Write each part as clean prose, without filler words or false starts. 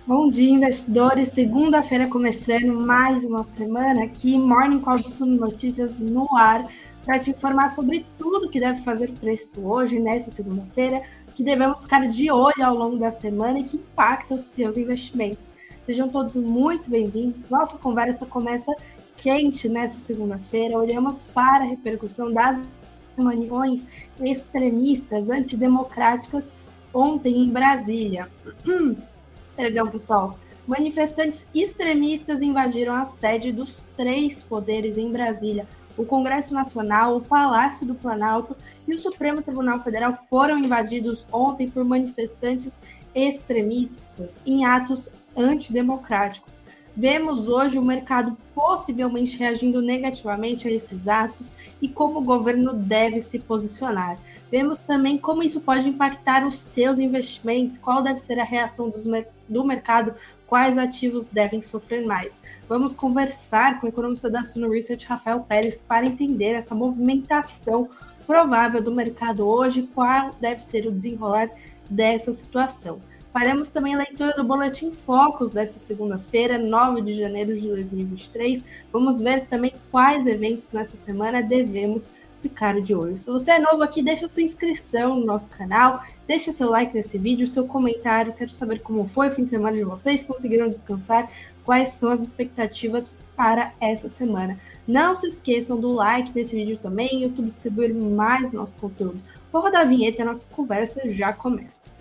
Bom dia, investidores. Segunda-feira começando mais uma semana aqui, Morning Call do Suno Notícias no ar, para te informar sobre tudo que deve fazer preço hoje, nessa segunda-feira, que devemos ficar de olho ao longo da semana e que impacta os seus investimentos. Sejam todos muito bem-vindos. Nossa conversa começa quente nessa segunda-feira. Olhamos para a repercussão das manifestações extremistas antidemocráticas ontem em Brasília. Perdão, pessoal. Manifestantes extremistas invadiram a sede dos três poderes em Brasília. O Congresso Nacional, o Palácio do Planalto e o Supremo Tribunal Federal foram invadidos ontem por manifestantes extremistas em atos antidemocráticos. Vemos hoje o mercado possivelmente reagindo negativamente a esses atos e como o governo deve se posicionar. Vemos também como isso pode impactar os seus investimentos, qual deve ser a reação do mercado, quais ativos devem sofrer mais. Vamos conversar com o economista da Suno Research, Rafael Pérez, para entender essa movimentação provável do mercado hoje, qual deve ser o desenrolar dessa situação. Faremos também a leitura do Boletim Focus dessa segunda-feira, 9 de janeiro de 2023. Vamos ver também quais eventos nessa semana devemos ficar de olho. Se você é novo aqui, deixa sua inscrição no nosso canal, deixa seu like nesse vídeo, seu comentário. Quero saber como foi o fim de semana de vocês, conseguiram descansar, quais são as expectativas para essa semana. Não se esqueçam do like nesse vídeo também, YouTube distribuir mais nosso conteúdo. Vou rodar a vinheta e a nossa conversa já começa.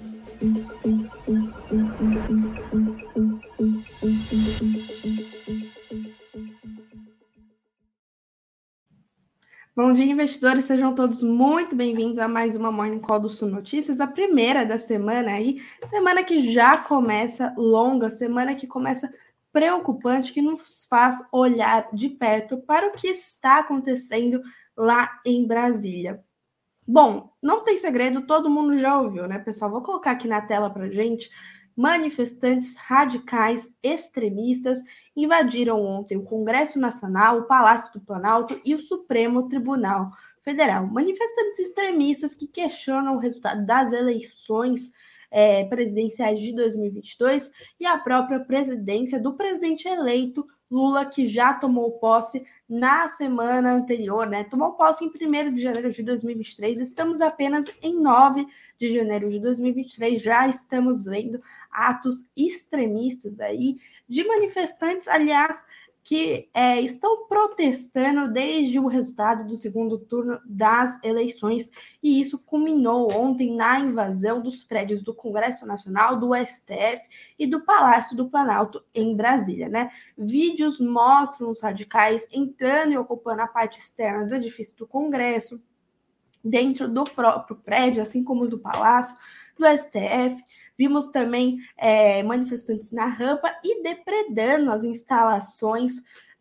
Bom dia, investidores, sejam todos muito bem-vindos a mais uma Morning Call do Suno Notícias, a primeira da semana aí, semana que já começa longa, semana que começa preocupante, que nos faz olhar de perto para o que está acontecendo lá em Brasília. Bom, não tem segredo, todo mundo já ouviu, né, pessoal? Vou colocar aqui na tela para gente. Manifestantes radicais extremistas invadiram ontem o Congresso Nacional, o Palácio do Planalto e o Supremo Tribunal Federal. Manifestantes extremistas que questionam o resultado das eleições presidenciais de 2022 e a própria presidência do presidente eleito Lula, que já tomou posse na semana anterior, né? Tomou posse em 1º de janeiro de 2023. Estamos apenas em 9 de janeiro de 2023. Já estamos vendo atos extremistas aí de manifestantes, aliás, que estão protestando desde o resultado do segundo turno das eleições, e isso culminou ontem na invasão dos prédios do Congresso Nacional, do STF e do Palácio do Planalto em Brasília, né? Vídeos mostram os radicais entrando e ocupando a parte externa do edifício do Congresso, dentro do próprio prédio, assim como do Palácio, do STF. Vimos também manifestantes na rampa e depredando as instalações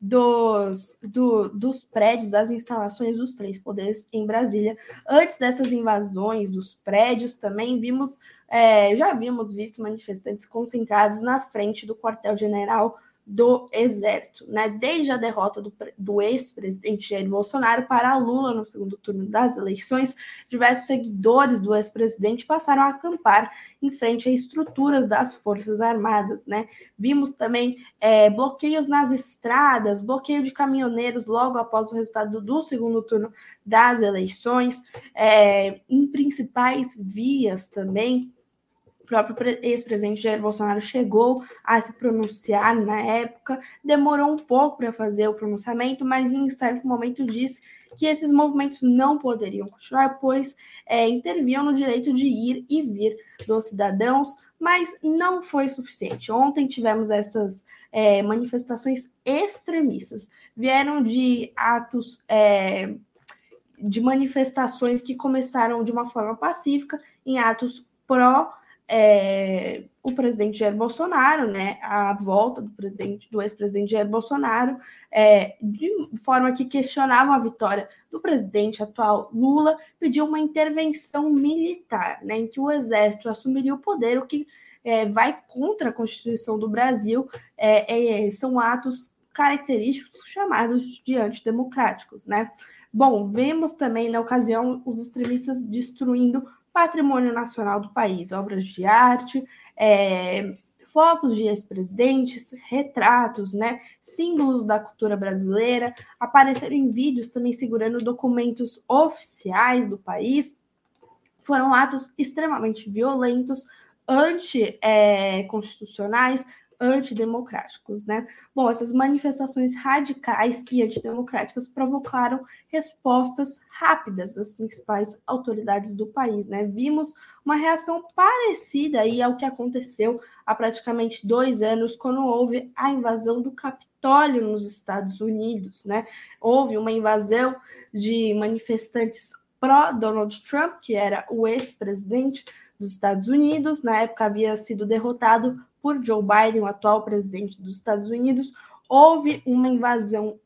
dos prédios, as instalações dos três poderes em Brasília. Antes dessas invasões dos prédios, também já havíamos visto manifestantes concentrados na frente do quartel-general do Exército, né? Desde a derrota do ex-presidente Jair Bolsonaro para Lula no segundo turno das eleições, diversos seguidores do ex-presidente passaram a acampar em frente a estruturas das Forças Armadas, né? Vimos também bloqueios nas estradas, bloqueio de caminhoneiros logo após o resultado do segundo turno das eleições, em principais vias também. O próprio ex-presidente Jair Bolsonaro chegou a se pronunciar na época, demorou um pouco para fazer o pronunciamento, mas em certo momento disse que esses movimentos não poderiam continuar, pois interviam no direito de ir e vir dos cidadãos, mas não foi suficiente. Ontem tivemos essas manifestações extremistas, vieram de atos de manifestações que começaram de uma forma pacífica, em atos o presidente Jair Bolsonaro, né, a volta do ex-presidente Jair Bolsonaro, de forma que questionavam a vitória do presidente atual Lula, pediu uma intervenção militar, né, em que o exército assumiria o poder, o que vai contra a Constituição do Brasil. São atos característicos chamados de antidemocráticos, né? Bom, vemos também na ocasião os extremistas destruindo patrimônio nacional do país, obras de arte, fotos de ex-presidentes, retratos, né, símbolos da cultura brasileira, apareceram em vídeos também segurando documentos oficiais do país. Foram atos extremamente violentos, anticonstitucionais, antidemocráticos, né? Bom, essas manifestações radicais e antidemocráticas provocaram respostas rápidas das principais autoridades do país, né? Vimos uma reação parecida aí ao que aconteceu há praticamente 2 anos, quando houve a invasão do Capitólio nos Estados Unidos, né? Houve uma invasão de manifestantes pró-Donald Trump, que era o ex-presidente dos Estados Unidos, na época havia sido derrotado por Joe Biden, o atual presidente dos Estados Unidos. Houve uma invasão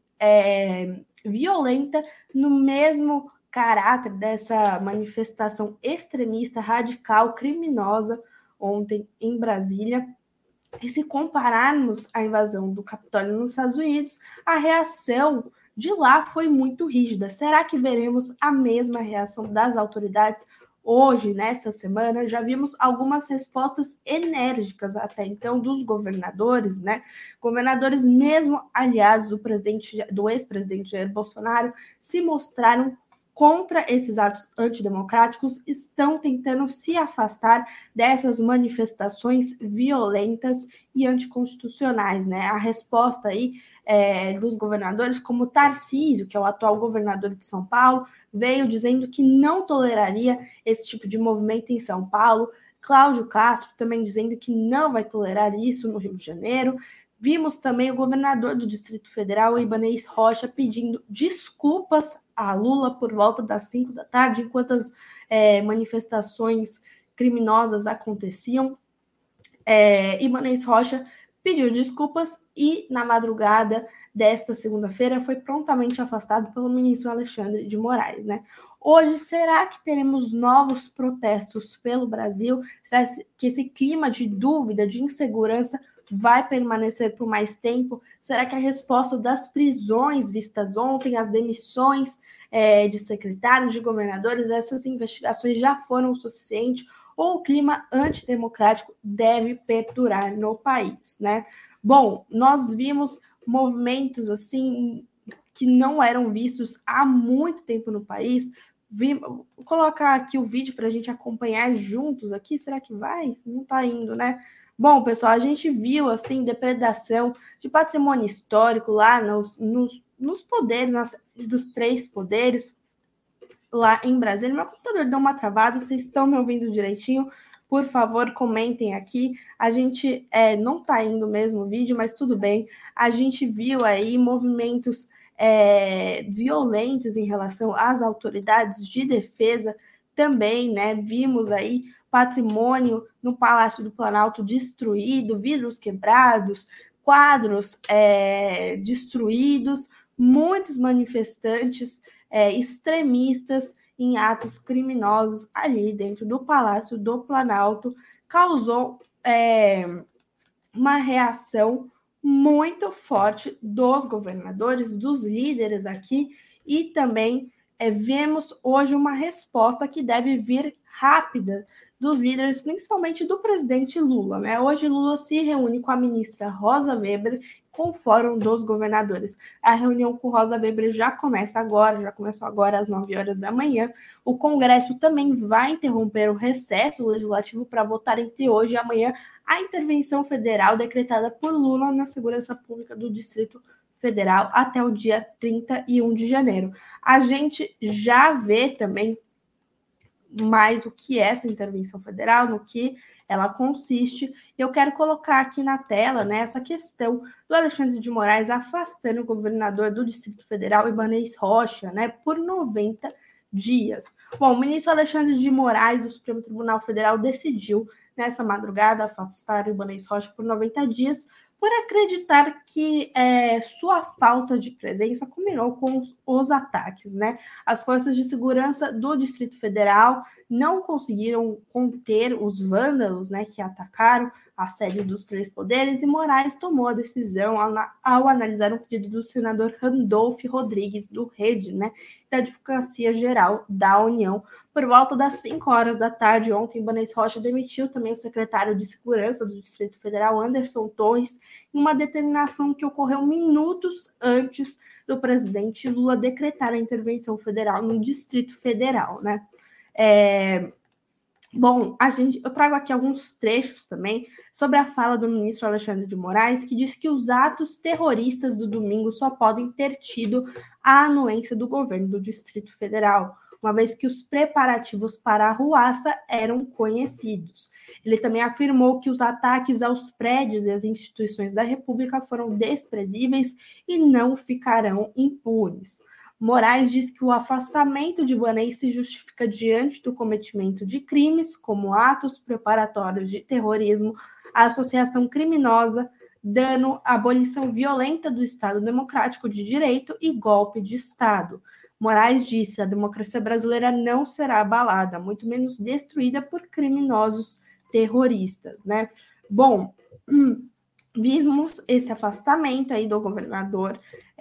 violenta no mesmo caráter dessa manifestação extremista, radical, criminosa ontem em Brasília. E se compararmos a invasão do Capitólio nos Estados Unidos, a reação de lá foi muito rígida. Será que veremos a mesma reação das autoridades hoje, nesta semana? Já vimos algumas respostas enérgicas até então dos governadores, né? Governadores mesmo aliados do ex-presidente Jair Bolsonaro se mostraram contra esses atos antidemocráticos, estão tentando se afastar dessas manifestações violentas e anticonstitucionais, né? A resposta aí dos governadores, como Tarcísio, que é o atual governador de São Paulo, veio dizendo que não toleraria esse tipo de movimento em São Paulo. Cláudio Castro também dizendo que não vai tolerar isso no Rio de Janeiro. Vimos também o governador do Distrito Federal, Ibanez Rocha, pedindo desculpas a Lula por volta das 5 da tarde, enquanto as manifestações criminosas aconteciam. Ibanez Rocha pediu desculpas e, na madrugada desta segunda-feira, foi prontamente afastado pelo ministro Alexandre de Moraes, né? Hoje, será que teremos novos protestos pelo Brasil? Será que esse clima de dúvida, de insegurança vai permanecer por mais tempo? Será que a resposta das prisões vistas ontem, as demissões de secretários, de governadores, essas investigações já foram o suficiente? Ou o clima antidemocrático deve perdurar no país, né? Bom, nós vimos movimentos assim que não eram vistos há muito tempo no país. Vou colocar aqui o vídeo para a gente acompanhar juntos aqui. Será que vai? Não está indo, né? Bom, pessoal, a gente viu assim depredação de patrimônio histórico lá nos poderes, dos 3 poderes, lá em Brasília. Meu computador deu uma travada, vocês estão me ouvindo direitinho? Por favor, comentem aqui. A gente não está indo mesmo o vídeo, mas tudo bem. A gente viu aí movimentos violentos em relação às autoridades de defesa também, né? Vimos aí patrimônio no Palácio do Planalto destruído, vidros quebrados, quadros destruídos, muitos manifestantes extremistas em atos criminosos ali dentro do Palácio do Planalto, causou uma reação muito forte dos governadores, dos líderes aqui, e também vemos hoje uma resposta que deve vir rápida dos líderes, principalmente do presidente Lula, né? Hoje Lula se reúne com a ministra Rosa Weber, com o Fórum dos Governadores. A reunião com Rosa Weber já começou agora às 9 horas da manhã. O Congresso também vai interromper o recesso legislativo para votar entre hoje e amanhã a intervenção federal decretada por Lula na segurança pública do Distrito Federal até o dia 31 de janeiro. A gente já vê também mais o que é essa intervenção federal, no que ela consiste. Eu quero colocar aqui na tela, né, essa questão do Alexandre de Moraes afastando o governador do Distrito Federal, Ibanez Rocha, né, por 90 dias. Bom, o ministro Alexandre de Moraes do Supremo Tribunal Federal decidiu, nessa madrugada, afastar o Ibanez Rocha por 90 dias, por acreditar que sua falta de presença combinou com os ataques, né? As forças de segurança do Distrito Federal não conseguiram conter os vândalos, né, que atacaram, a sede dos três poderes, e Moraes tomou a decisão ao analisar um pedido do senador Randolph Rodrigues, do Rede, né, da Advocacia Geral da União. Por volta das 5 horas da tarde, ontem, Ibanez Rocha demitiu também o secretário de Segurança do Distrito Federal, Anderson Torres, em uma determinação que ocorreu minutos antes do presidente Lula decretar a intervenção federal no Distrito Federal, né? Bom, eu trago aqui alguns trechos também sobre a fala do ministro Alexandre de Moraes, que diz que os atos terroristas do domingo só podem ter tido a anuência do governo do Distrito Federal, uma vez que os preparativos para a ruaça eram conhecidos. Ele também afirmou que os ataques aos prédios e às instituições da República foram desprezíveis e não ficarão impunes. Moraes diz que o afastamento de Ibanez se justifica diante do cometimento de crimes, como atos preparatórios de terrorismo, associação criminosa, dano, abolição violenta do Estado Democrático de Direito e golpe de Estado. Moraes disse: a democracia brasileira não será abalada, muito menos destruída por criminosos terroristas, né? Bom, vimos esse afastamento aí do governador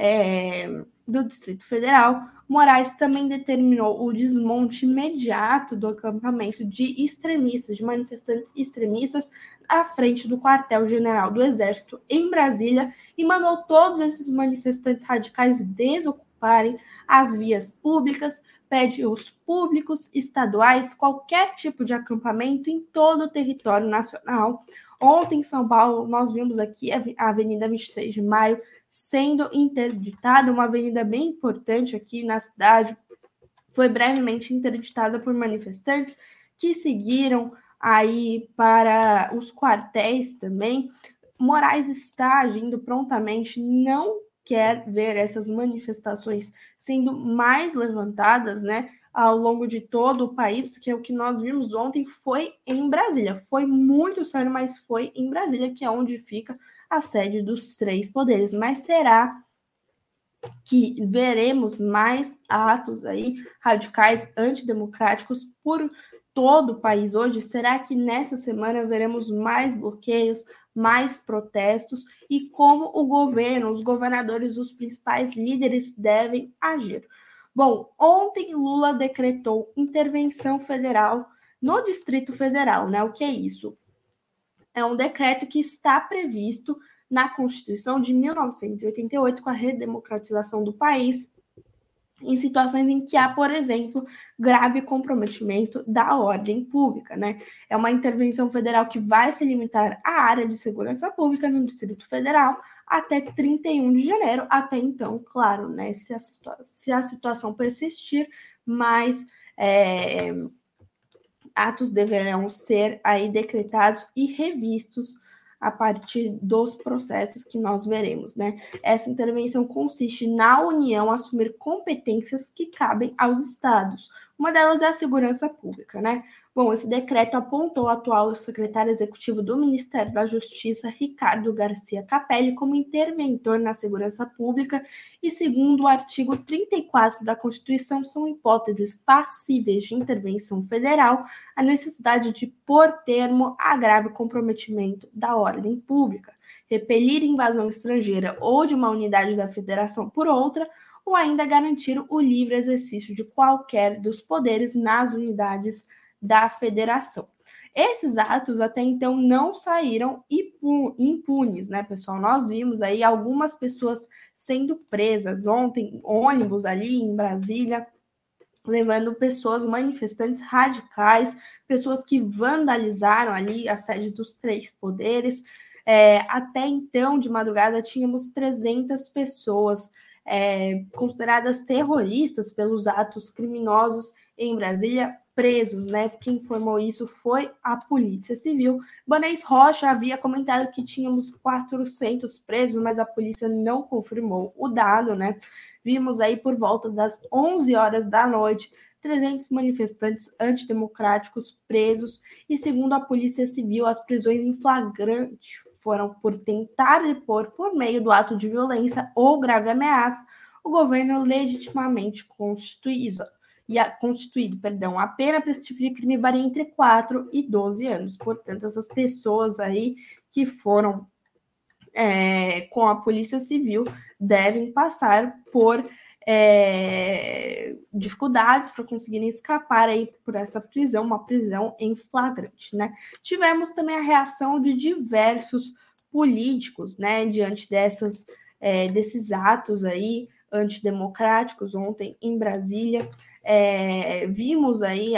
do Distrito Federal. Moraes também determinou o desmonte imediato do acampamento de extremistas, de manifestantes extremistas, à frente do quartel-general do Exército em Brasília, e mandou todos esses manifestantes radicais desocuparem as vias públicas, prédios públicos, estaduais, qualquer tipo de acampamento em todo o território nacional. Ontem, em São Paulo, nós vimos aqui a Avenida 23 de Maio sendo interditada, uma avenida bem importante aqui na cidade, foi brevemente interditada por manifestantes que seguiram aí para os quartéis também. Moraes está agindo prontamente, não quer ver essas manifestações sendo mais levantadas, né, ao longo de todo o país, porque o que nós vimos ontem foi em Brasília. Foi muito sério, mas foi em Brasília, que é onde fica a sede dos três poderes. Mas será que veremos mais atos aí radicais antidemocráticos por todo o país hoje? Será que nessa semana veremos mais bloqueios, mais protestos, e como o governo, os governadores, os principais líderes devem agir? Bom, ontem Lula decretou intervenção federal no Distrito Federal, né? O que é isso? É um decreto que está previsto na Constituição de 1988, com a redemocratização do país, em situações em que há, por exemplo, grave comprometimento da ordem pública, né? É uma intervenção federal que vai se limitar à área de segurança pública no Distrito Federal até 31 de janeiro. Até então, claro, né? Se a situação persistir, mais atos deverão ser aí decretados e revistos a partir dos processos que nós veremos, né? Essa intervenção consiste na União assumir competências que cabem aos estados. Uma delas é a segurança pública, né? Bom, esse decreto apontou o atual secretário executivo do Ministério da Justiça, Ricardo Garcia Capelli, como interventor na segurança pública, e segundo o artigo 34 da Constituição, são hipóteses passíveis de intervenção federal a necessidade de pôr termo a grave comprometimento da ordem pública, repelir invasão estrangeira ou de uma unidade da federação por outra, ou ainda garantir o livre exercício de qualquer dos poderes nas unidades da federação. Esses atos até então não saíram impunes, né, pessoal? Nós vimos aí algumas pessoas sendo presas ontem, ônibus ali em Brasília, levando pessoas, manifestantes radicais, pessoas que vandalizaram ali a sede dos três poderes. Até então, de madrugada, tínhamos 300 pessoas consideradas terroristas pelos atos criminosos em Brasília, presos, né? Quem informou isso foi a Polícia Civil. Ibanez Rocha havia comentado que tínhamos 400 presos, mas a polícia não confirmou o dado, né? Vimos aí por volta das 11 horas da noite 300 manifestantes antidemocráticos presos, e segundo a Polícia Civil, as prisões em flagrante foram por tentar depor, por meio do ato de violência ou grave ameaça, o governo legitimamente constituído. constituído, perdão, a pena para esse tipo de crime varia entre 4 e 12 anos. Portanto, essas pessoas aí que foram com a Polícia Civil devem passar por dificuldades para conseguirem escapar aí por essa prisão, uma prisão em flagrante, né? Tivemos também a reação de diversos políticos, né, diante desses atos aí antidemocráticos ontem em Brasília. Vimos aí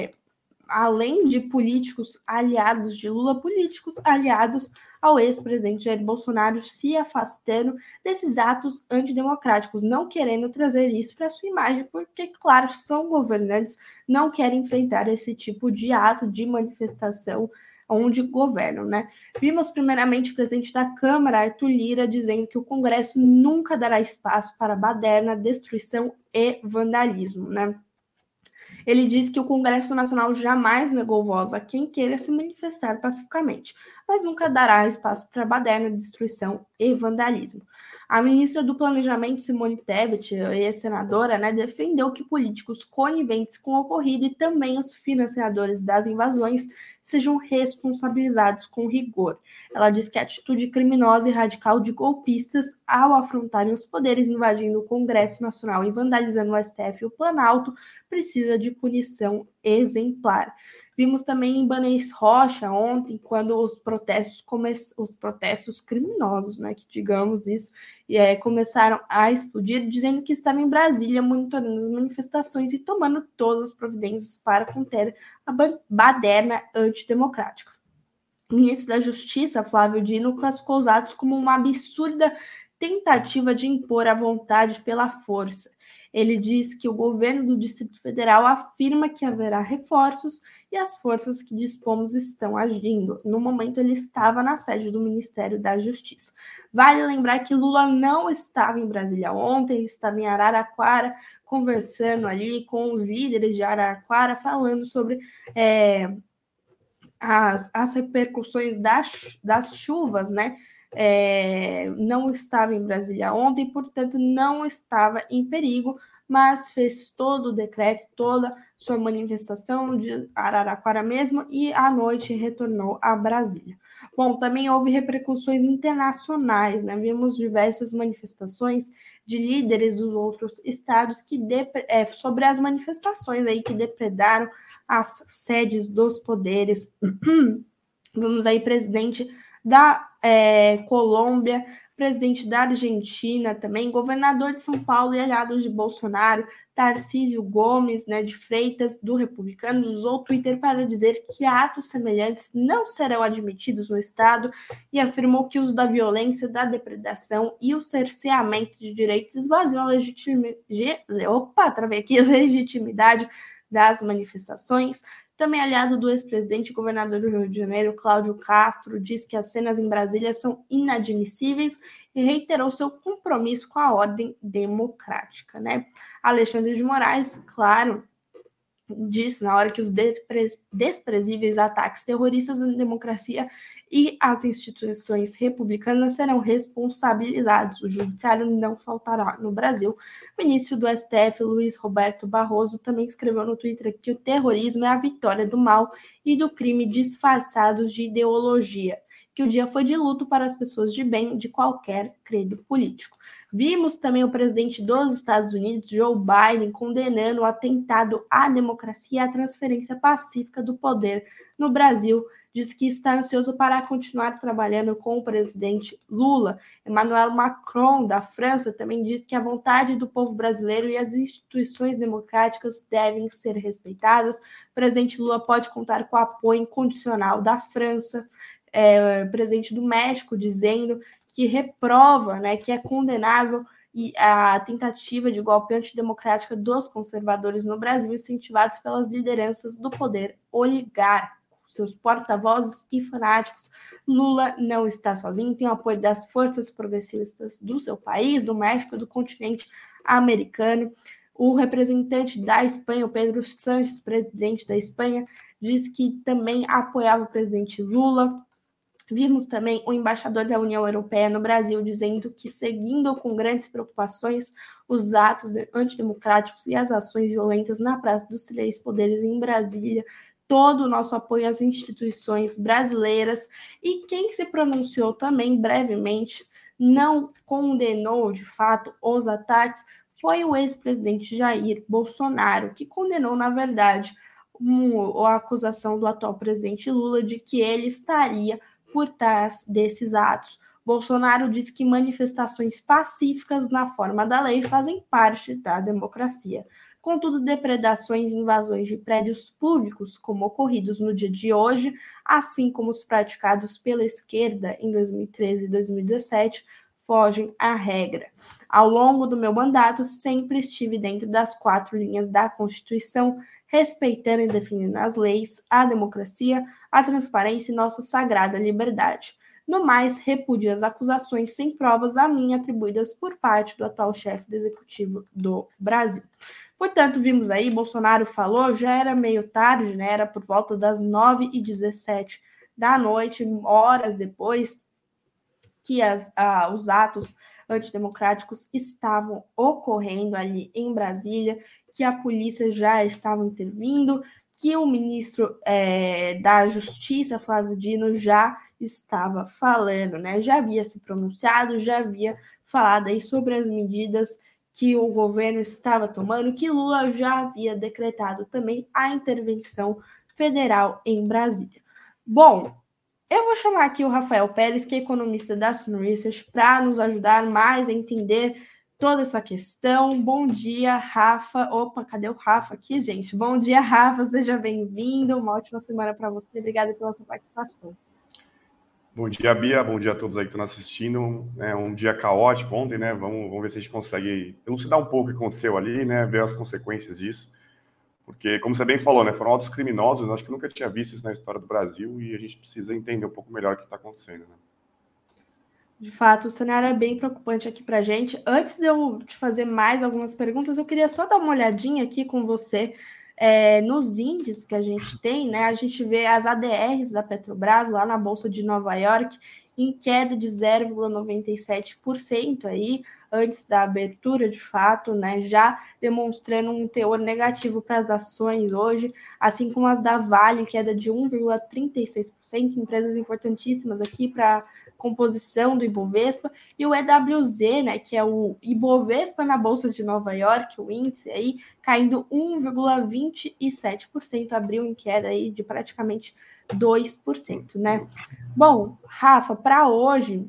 além de políticos aliados de Lula, políticos aliados ao ex-presidente Jair Bolsonaro se afastando desses atos antidemocráticos, não querendo trazer isso para sua imagem, porque, claro, são governantes, não querem enfrentar esse tipo de ato, de manifestação onde governam, né? Vimos primeiramente o presidente da Câmara, Arthur Lira, dizendo que o Congresso nunca dará espaço para baderna, destruição e vandalismo, né? Ele diz que o Congresso Nacional jamais negou voz a quem queira se manifestar pacificamente, mas nunca dará espaço para baderna, destruição e vandalismo. A ministra do Planejamento, Simone Tebet, ex-senadora, né, defendeu que políticos coniventes com o ocorrido e também os financiadores das invasões sejam responsabilizados com rigor. Ela diz que a atitude criminosa e radical de golpistas ao afrontarem os poderes invadindo o Congresso Nacional e vandalizando o STF e o Planalto precisa de punição exemplar. Vimos também em Ibanez Rocha ontem, quando os protestos criminosos, né, que digamos isso, começaram a explodir, dizendo que estava em Brasília monitorando as manifestações e tomando todas as providências para conter a baderna antidemocrática. O ministro da Justiça, Flávio Dino, classificou os atos como uma absurda tentativa de impor a vontade pela força. Ele diz que o governo do Distrito Federal afirma que haverá reforços e as forças que dispomos estão agindo. No momento, ele estava na sede do Ministério da Justiça. Vale lembrar que Lula não estava em Brasília ontem, ele estava em Araraquara, conversando ali com os líderes de Araraquara, falando sobre as repercussões das chuvas, né? Não estava em Brasília ontem, portanto, não estava em perigo, mas fez todo o decreto, toda sua manifestação de Araraquara mesmo e à noite retornou a Brasília. Bom, também houve repercussões internacionais, né? Vimos diversas manifestações de líderes dos outros estados sobre as manifestações aí que depredaram as sedes dos poderes. Vamos aí, presidente da Colômbia, presidente da Argentina também, governador de São Paulo e aliados de Bolsonaro, Tarcísio Gomes, né, de Freitas, do Republicano, usou o Twitter para dizer que atos semelhantes não serão admitidos no Estado e afirmou que o uso da violência, da depredação e o cerceamento de direitos esvaziam a legitimidade das manifestações. Também aliado do ex-presidente e governador do Rio de Janeiro, Cláudio Castro, diz que as cenas em Brasília são inadmissíveis e reiterou seu compromisso com a ordem democrática, né? Alexandre de Moraes, claro, disse na hora que os desprezíveis ataques terroristas à democracia e às instituições republicanas serão responsabilizados. O judiciário não faltará no Brasil. O ministro do STF, Luiz Roberto Barroso, também escreveu no Twitter que o terrorismo é a vitória do mal e do crime disfarçados de ideologia, que o dia foi de luto para as pessoas de bem de qualquer credo político. Vimos também o presidente dos Estados Unidos, Joe Biden, condenando o atentado à democracia e à transferência pacífica do poder no Brasil. Diz que está ansioso para continuar trabalhando com o presidente Lula. Emmanuel Macron, da França, também diz que a vontade do povo brasileiro e as instituições democráticas devem ser respeitadas. O presidente Lula pode contar com o apoio incondicional da França. Presidente do México dizendo que reprova, né, que é condenável a tentativa de golpe antidemocrática dos conservadores no Brasil, incentivados pelas lideranças do poder oligárquico, seus porta-vozes e fanáticos. Lula não está sozinho, tem o apoio das forças progressistas do seu país, do México e do continente americano. O representante da Espanha, o Pedro Sánchez, presidente da Espanha, disse que também apoiava o presidente Lula. Vimos também o embaixador da União Europeia no Brasil dizendo que, seguindo com grandes preocupações os atos antidemocráticos e as ações violentas na Praça dos Três Poderes em Brasília, todo o nosso apoio às instituições brasileiras. E quem se pronunciou também brevemente, não condenou de fato os ataques, foi o ex-presidente Jair Bolsonaro, que condenou, na verdade, a acusação do atual presidente Lula de que ele estaria por trás desses atos. Bolsonaro diz que manifestações pacíficas na forma da lei fazem parte da democracia. Contudo, depredações e invasões de prédios públicos, como ocorridos no dia de hoje, assim como os praticados pela esquerda em 2013 e 2017, fogem à regra. Ao longo do meu mandato, sempre estive dentro das 4 linhas da Constituição, respeitando e defendendo as leis, a democracia, a transparência e nossa sagrada liberdade. No mais, repudio as acusações sem provas a mim atribuídas por parte do atual chefe do executivo do Brasil. Portanto, vimos aí, Bolsonaro falou, já era meio tarde, né? Era por volta das 9h17 da noite, horas depois que os atos antidemocráticos estavam ocorrendo ali em Brasília, que a polícia já estava intervindo, que o ministro da Justiça, Flávio Dino, já estava falando, né? Já havia se pronunciado, já havia falado aí sobre as medidas que o governo estava tomando, que Lula já havia decretado também a intervenção federal em Brasília. Bom, eu vou chamar aqui o Rafael Pérez, que é economista da Sun Research, para nos ajudar mais a entender toda essa questão. Bom dia, Rafa. Opa, cadê o Rafa aqui, gente? Bom dia, Rafa. Seja bem-vindo. Uma ótima semana para você. Obrigada pela sua participação. Bom dia, Bia. Bom dia a todos aí que estão assistindo. É um dia caótico ontem, né? Vamos ver se a gente consegue elucidar um pouco o que aconteceu ali, né? Ver as consequências disso. Porque, como você bem falou, né? Foram atos criminosos. Acho que nunca tinha visto isso na história do Brasil e a gente precisa entender um pouco melhor o que está acontecendo, né? De fato, o cenário é bem preocupante aqui para a gente. Antes de eu te fazer mais algumas perguntas, eu queria só dar uma olhadinha aqui com você nos índices que a gente tem, né? A gente vê as ADRs da Petrobras lá na Bolsa de Nova York em queda de 0,97% aí, antes da abertura, de fato, né? Já demonstrando um teor negativo para as ações hoje, assim como as da Vale, queda de 1,36%, empresas importantíssimas aqui para composição do Ibovespa, e o EWZ, né, que é o Ibovespa na Bolsa de Nova York, o índice aí, caindo 1,27%, abriu em queda aí de praticamente 2%, né? Bom, Rafa, para hoje,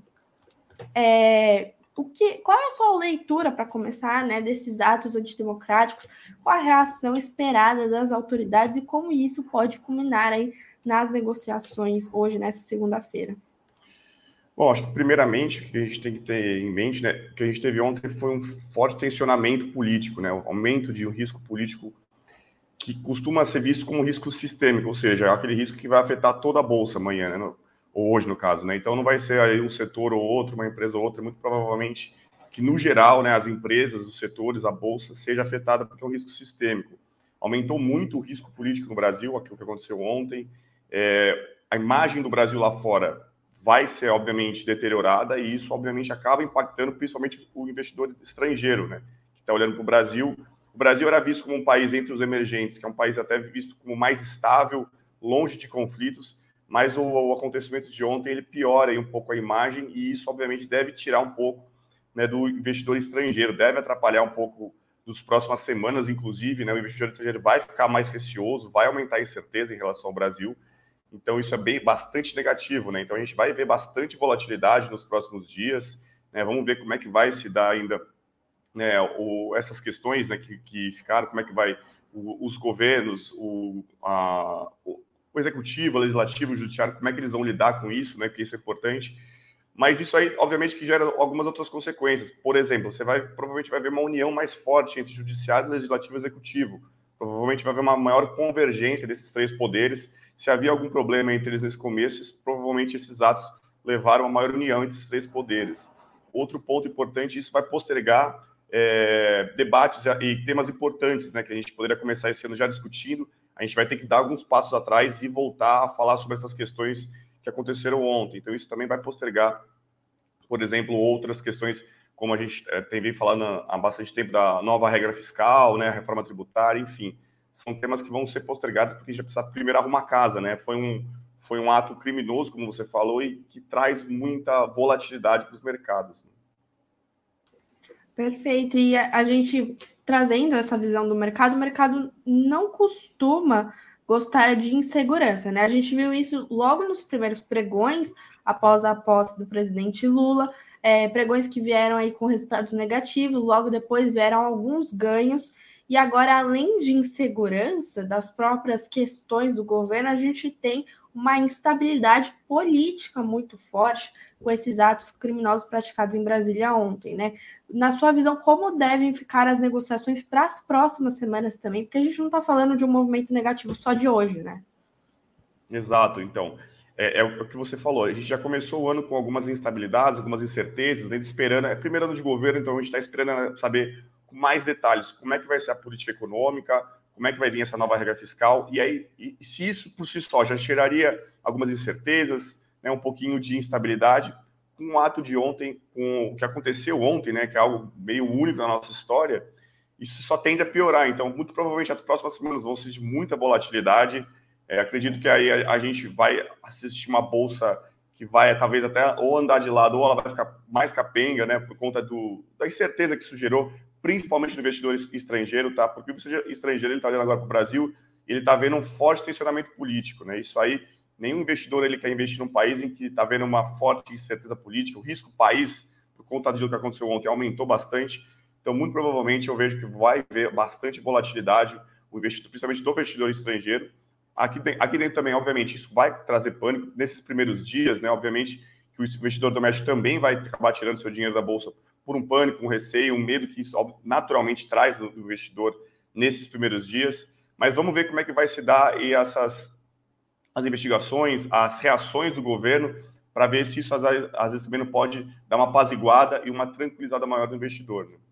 qual é a sua leitura para começar, né, desses atos antidemocráticos? Qual a reação esperada das autoridades e como isso pode culminar aí nas negociações hoje, nessa segunda-feira? Bom, acho que primeiramente o que a gente tem que ter em mente, né, o que a gente teve ontem foi um forte tensionamento político, né, o aumento de um risco político que costuma ser visto como um risco sistêmico, ou seja, aquele risco que vai afetar toda a bolsa amanhã, né, ou hoje no caso, né. Então não vai ser aí um setor ou outro, uma empresa ou outra, muito provavelmente que no geral, né, as empresas, os setores, a bolsa seja afetada porque é um risco sistêmico. Aumentou muito o risco político no Brasil, aquilo que aconteceu ontem. A imagem do Brasil lá fora vai ser, obviamente, deteriorada e isso, obviamente, acaba impactando principalmente o investidor estrangeiro, né, que está olhando para o Brasil. O Brasil era visto como um país entre os emergentes, que é um país até visto como mais estável, longe de conflitos, mas o acontecimento de ontem ele piora aí um pouco a imagem e isso, obviamente, deve tirar um pouco, né, do investidor estrangeiro, deve atrapalhar um pouco nas próximas semanas, inclusive, né, o investidor estrangeiro vai ficar mais receoso, vai aumentar a incerteza em relação ao Brasil. Então, isso é bastante negativo, né? Então, a gente vai ver bastante volatilidade nos próximos dias, né? Vamos ver como é que vai se dar ainda, né, essas questões, né, que ficaram, como é que vai os governos, o executivo, o legislativo, o judiciário, como é que eles vão lidar com isso, né? Porque isso é importante. Mas isso aí, obviamente, que gera algumas outras consequências. Por exemplo, você provavelmente vai ver uma união mais forte entre judiciário, legislativo e executivo. Provavelmente vai haver uma maior convergência desses três poderes. Se havia algum problema entre eles nesse começo, provavelmente esses atos levaram a uma maior união entre esses três poderes. Outro ponto importante, isso vai postergar debates e temas importantes, né, que a gente poderia começar esse ano já discutindo. A gente vai ter que dar alguns passos atrás e voltar a falar sobre essas questões que aconteceram ontem. Então, isso também vai postergar, por exemplo, outras questões, como a gente tem vindo falando há bastante tempo, da nova regra fiscal, né, reforma tributária, enfim. São temas que vão ser postergados porque a gente precisa primeiro arrumar casa, né? Foi um ato criminoso, como você falou, e que traz muita volatilidade para os mercados. Perfeito. E a gente trazendo essa visão do mercado, o mercado não costuma gostar de insegurança, né? A gente viu isso logo nos primeiros pregões, após a posse do presidente Lula, pregões que vieram aí com resultados negativos, logo depois vieram alguns ganhos, e agora, além de insegurança das próprias questões do governo, a gente tem uma instabilidade política muito forte com esses atos criminosos praticados em Brasília ontem, né? Na sua visão, como devem ficar as negociações para as próximas semanas também? Porque a gente não está falando de um movimento negativo só de hoje, né? Exato, então, é o que você falou, a gente já começou o ano com algumas instabilidades, algumas incertezas, a gente esperando, é primeiro ano de governo, então a gente está esperando saber com mais detalhes como é que vai ser a política econômica, como é que vai vir essa nova regra fiscal, e aí, se isso por si só já geraria algumas incertezas, né, um pouquinho de instabilidade, com o ato de ontem, com o que aconteceu ontem, né, que é algo meio único na nossa história, isso só tende a piorar, então muito provavelmente as próximas semanas vão ser de muita volatilidade. Acredito que aí a gente vai assistir uma bolsa que vai talvez até ou andar de lado ou ela vai ficar mais capenga, né, por conta da incerteza que isso gerou, principalmente no investidor estrangeiro, tá? Porque o investidor estrangeiro ele está olhando agora para o Brasil e ele está vendo um forte tensionamento político, né? Isso aí, nenhum investidor ele quer investir num país em que está vendo uma forte incerteza política, o risco país, por conta do que aconteceu ontem, aumentou bastante. Então, muito provavelmente, eu vejo que vai haver bastante volatilidade, o investidor, principalmente do investidor estrangeiro. Aqui dentro também, obviamente, isso vai trazer pânico nesses primeiros dias, né? Obviamente que o investidor doméstico também vai acabar tirando seu dinheiro da bolsa por um pânico, um receio, um medo que isso naturalmente traz no investidor nesses primeiros dias. Mas vamos ver como é que vai se dar e as investigações, as reações do governo, para ver se isso às vezes também não pode dar uma apaziguada e uma tranquilizada maior do investidor, né?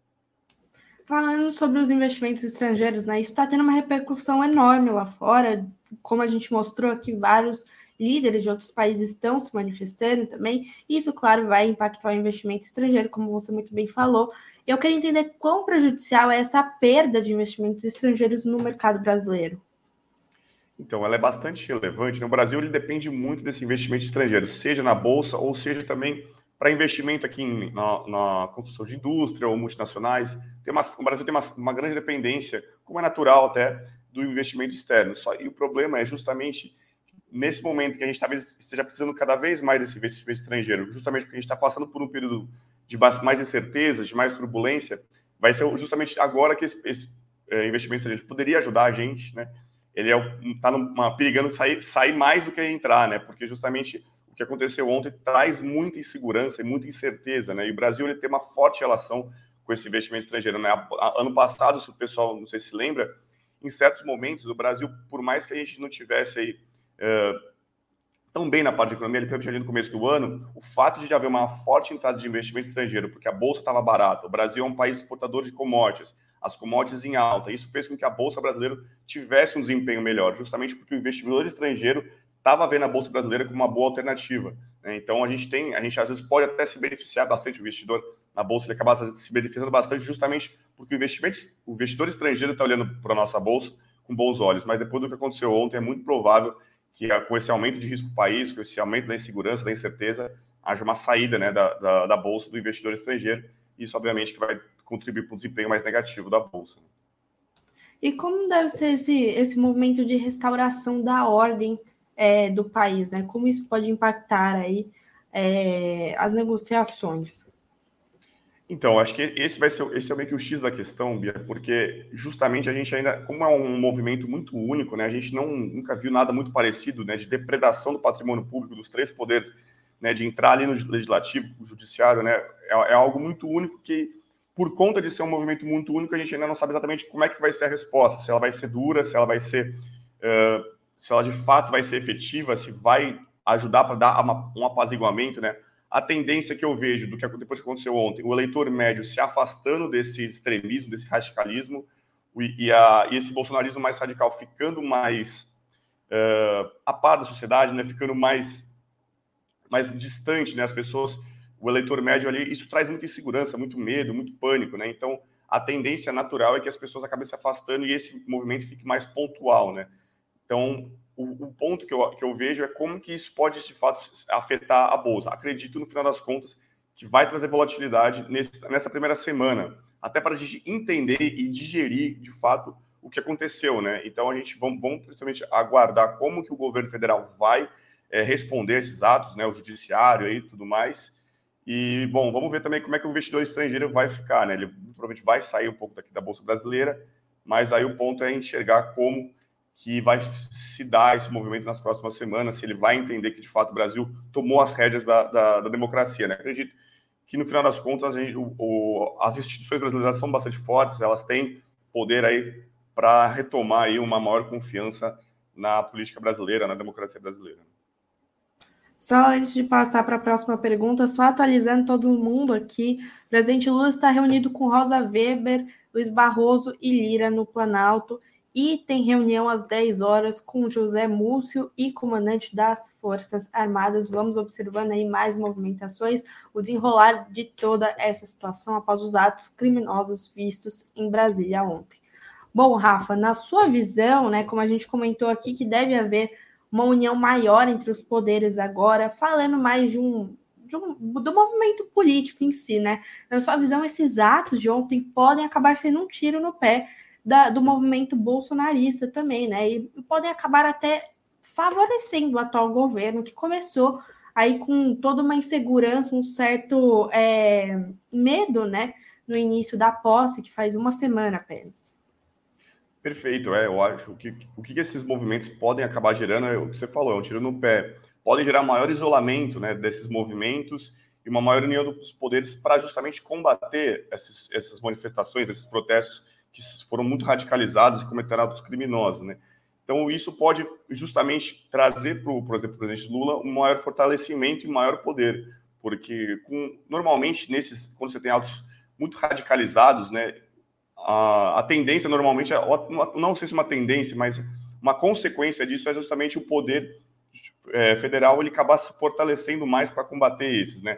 Falando sobre os investimentos estrangeiros, né? Isso está tendo uma repercussão enorme lá fora, como a gente mostrou aqui, vários líderes de outros países estão se manifestando também. Isso, claro, vai impactar o investimento estrangeiro, como você muito bem falou. Eu queria entender quão prejudicial é essa perda de investimentos estrangeiros no mercado brasileiro. Então, ela é bastante relevante. No Brasil, ele depende muito desse investimento estrangeiro, seja na bolsa ou seja também para investimento aqui na construção de indústria ou multinacionais. O Brasil tem uma grande dependência, como é natural até, do investimento externo. E o problema é justamente nesse momento que a gente talvez esteja precisando cada vez mais desse investimento estrangeiro, justamente porque a gente está passando por um período de mais incertezas, de mais turbulência, vai ser justamente agora que esse investimento estrangeiro poderia ajudar a gente, né? Ele está perigando sair mais do que entrar, né? Porque justamente o que aconteceu ontem traz muita insegurança e muita incerteza, né? E o Brasil ele tem uma forte relação com esse investimento estrangeiro, né? Ano passado, se o pessoal não sei se lembra, em certos momentos o Brasil, por mais que a gente não tivesse aí tão bem na parte de economia, principalmente ali no começo do ano, o fato de haver uma forte entrada de investimento estrangeiro, porque a bolsa estava barata, o Brasil é um país exportador de commodities, as commodities em alta, isso fez com que a bolsa brasileira tivesse um desempenho melhor, justamente porque o investidor estrangeiro estava vendo a bolsa brasileira como uma boa alternativa, né? Então a gente às vezes pode até se beneficiar bastante, o investidor na bolsa ele acaba se beneficiando bastante justamente porque o investidor estrangeiro está olhando para a nossa bolsa com bons olhos, mas depois do que aconteceu ontem é muito provável que com esse aumento de risco do país, com esse aumento da insegurança, da incerteza, haja uma saída, né, da bolsa do investidor estrangeiro. Isso, obviamente, que vai contribuir para o desempenho mais negativo da bolsa. E como deve ser esse movimento de restauração da ordem do país, né? Como isso pode impactar aí as negociações? Então, acho que esse é meio que o X da questão, Bia, porque justamente a gente ainda, como é um movimento muito único, né, a gente nunca viu nada muito parecido, né, de depredação do patrimônio público dos três poderes, né, de entrar ali no legislativo, no judiciário, né, é algo muito único que, por conta de ser um movimento muito único, a gente ainda não sabe exatamente como é que vai ser a resposta, se ela vai ser dura, se ela vai ser, se ela de fato vai ser efetiva, se vai ajudar para dar um apaziguamento, né. A tendência que eu vejo depois que aconteceu ontem, o eleitor médio se afastando desse extremismo, desse radicalismo, e esse bolsonarismo mais radical ficando mais a par da sociedade, né, ficando mais mais distante, né? As pessoas, o eleitor médio ali, isso traz muita insegurança, muito medo, muito pânico, né? Então, a tendência natural é que as pessoas acabem se afastando e esse movimento fique mais pontual, né? Então, o ponto que eu vejo é como que isso pode, de fato, afetar a Bolsa. Acredito, no final das contas, que vai trazer volatilidade nessa primeira semana, até para a gente entender e digerir, de fato, o que aconteceu, né? Então, a gente vamos principalmente aguardar como que o governo federal vai responder esses atos, né? O judiciário e tudo mais. E, bom, vamos ver também como é que o investidor estrangeiro vai ficar, né? Ele provavelmente vai sair um pouco daqui da Bolsa Brasileira, mas aí o ponto é enxergar como que vai se dar esse movimento nas próximas semanas, se ele vai entender que, de fato, o Brasil tomou as rédeas da democracia, né? Acredito que, no final das contas, as instituições brasileiras são bastante fortes, elas têm poder aí para retomar aí uma maior confiança na política brasileira, na democracia brasileira. Só antes de passar para a próxima pergunta, só atualizando todo mundo aqui, o presidente Lula está reunido com Rosa Weber, Luiz Barroso e Lira no Planalto, e tem reunião às 10 horas com José Múcio e comandante das Forças Armadas. Vamos observando aí mais movimentações, o desenrolar de toda essa situação após os atos criminosos vistos em Brasília ontem. Bom, Rafa, na sua visão, né, como a gente comentou aqui, que deve haver uma união maior entre os poderes agora, falando mais do movimento político em si, né? Na sua visão, esses atos de ontem podem acabar sendo um tiro no pé do movimento bolsonarista também, né? E podem acabar até favorecendo o atual governo, que começou aí com toda uma insegurança, um certo medo, né? No início da posse, que faz uma semana apenas. Perfeito, eu acho que o que esses movimentos podem acabar gerando é o que você falou, é um tiro no pé. Podem gerar maior isolamento, né, desses movimentos e uma maior união dos poderes para justamente combater essas manifestações, esses protestos que foram muito radicalizados e cometeram atos criminosos, né? Então, isso pode justamente trazer por exemplo, o presidente Lula um maior fortalecimento e maior poder, porque normalmente, quando você tem atos muito radicalizados, né, a tendência normalmente, não sei se uma tendência, mas uma consequência disso é justamente o poder federal ele acabar se fortalecendo mais para combater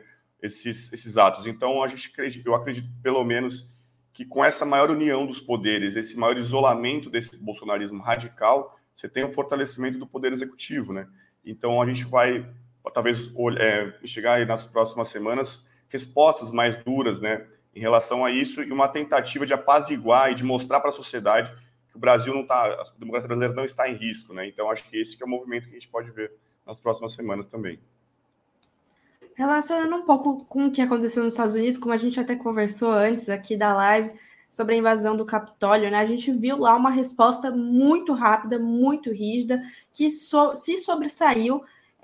esses atos. Então, eu acredito, pelo menos, que com essa maior união dos poderes, esse maior isolamento desse bolsonarismo radical, você tem um fortalecimento do poder executivo, né? Então, a gente vai, talvez, chegar aí nas próximas semanas, respostas mais duras, né, em relação a isso e uma tentativa de apaziguar e de mostrar para a sociedade que o Brasil não está, a democracia brasileira não está em risco, né? Então, acho que esse que é o movimento que a gente pode ver nas próximas semanas também. Relacionando um pouco com o que aconteceu nos Estados Unidos, como a gente até conversou antes aqui da live sobre a invasão do Capitólio, né? A gente viu lá uma resposta muito rápida, muito rígida, que se sobressaiu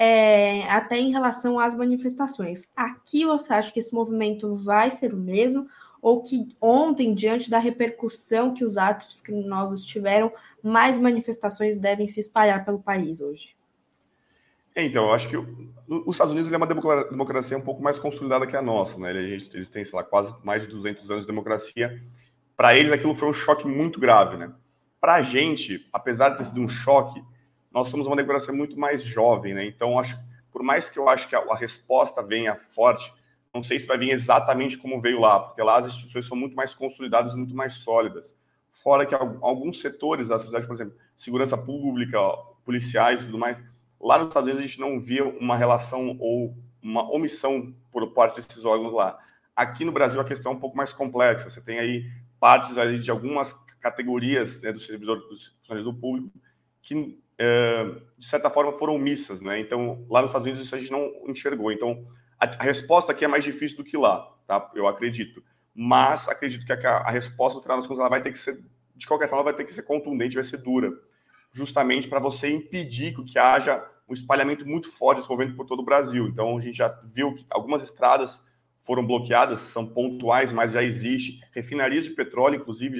até em relação às manifestações. Aqui você acha que esse movimento vai ser o mesmo? Ou que ontem, diante da repercussão que os atos criminosos tiveram, mais manifestações devem se espalhar pelo país hoje? Então, eu acho que os Estados Unidos é uma democracia um pouco mais consolidada que a nossa, né? Eles têm, sei lá, quase mais de 200 anos de democracia. Para eles, aquilo foi um choque muito grave, né? Para a gente, apesar de ter sido um choque, nós somos uma democracia muito mais jovem, né? Então, por mais que eu acho que a resposta venha forte, não sei se vai vir exatamente como veio lá, porque lá as instituições são muito mais consolidadas e muito mais sólidas. Fora que alguns setores da sociedade, por exemplo, segurança pública, policiais e tudo mais, lá nos Estados Unidos a gente não via uma relação ou uma omissão por parte desses órgãos lá. Aqui no Brasil a questão é um pouco mais complexa. Você tem aí partes aí de algumas categorias, né, dos funcionários do público que, de certa forma, foram omissas, né? Então, lá nos Estados Unidos isso a gente não enxergou. Então, a resposta aqui é mais difícil do que lá, tá? Eu acredito. Mas acredito que a resposta, no final das contas, ela vai ter que ser, de qualquer forma, vai ter que ser contundente, vai ser dura, justamente para você impedir que haja um espalhamento muito forte desse movimento por todo o Brasil. Então, a gente já viu que algumas estradas foram bloqueadas, são pontuais, mas já existe. Refinarias de petróleo, inclusive,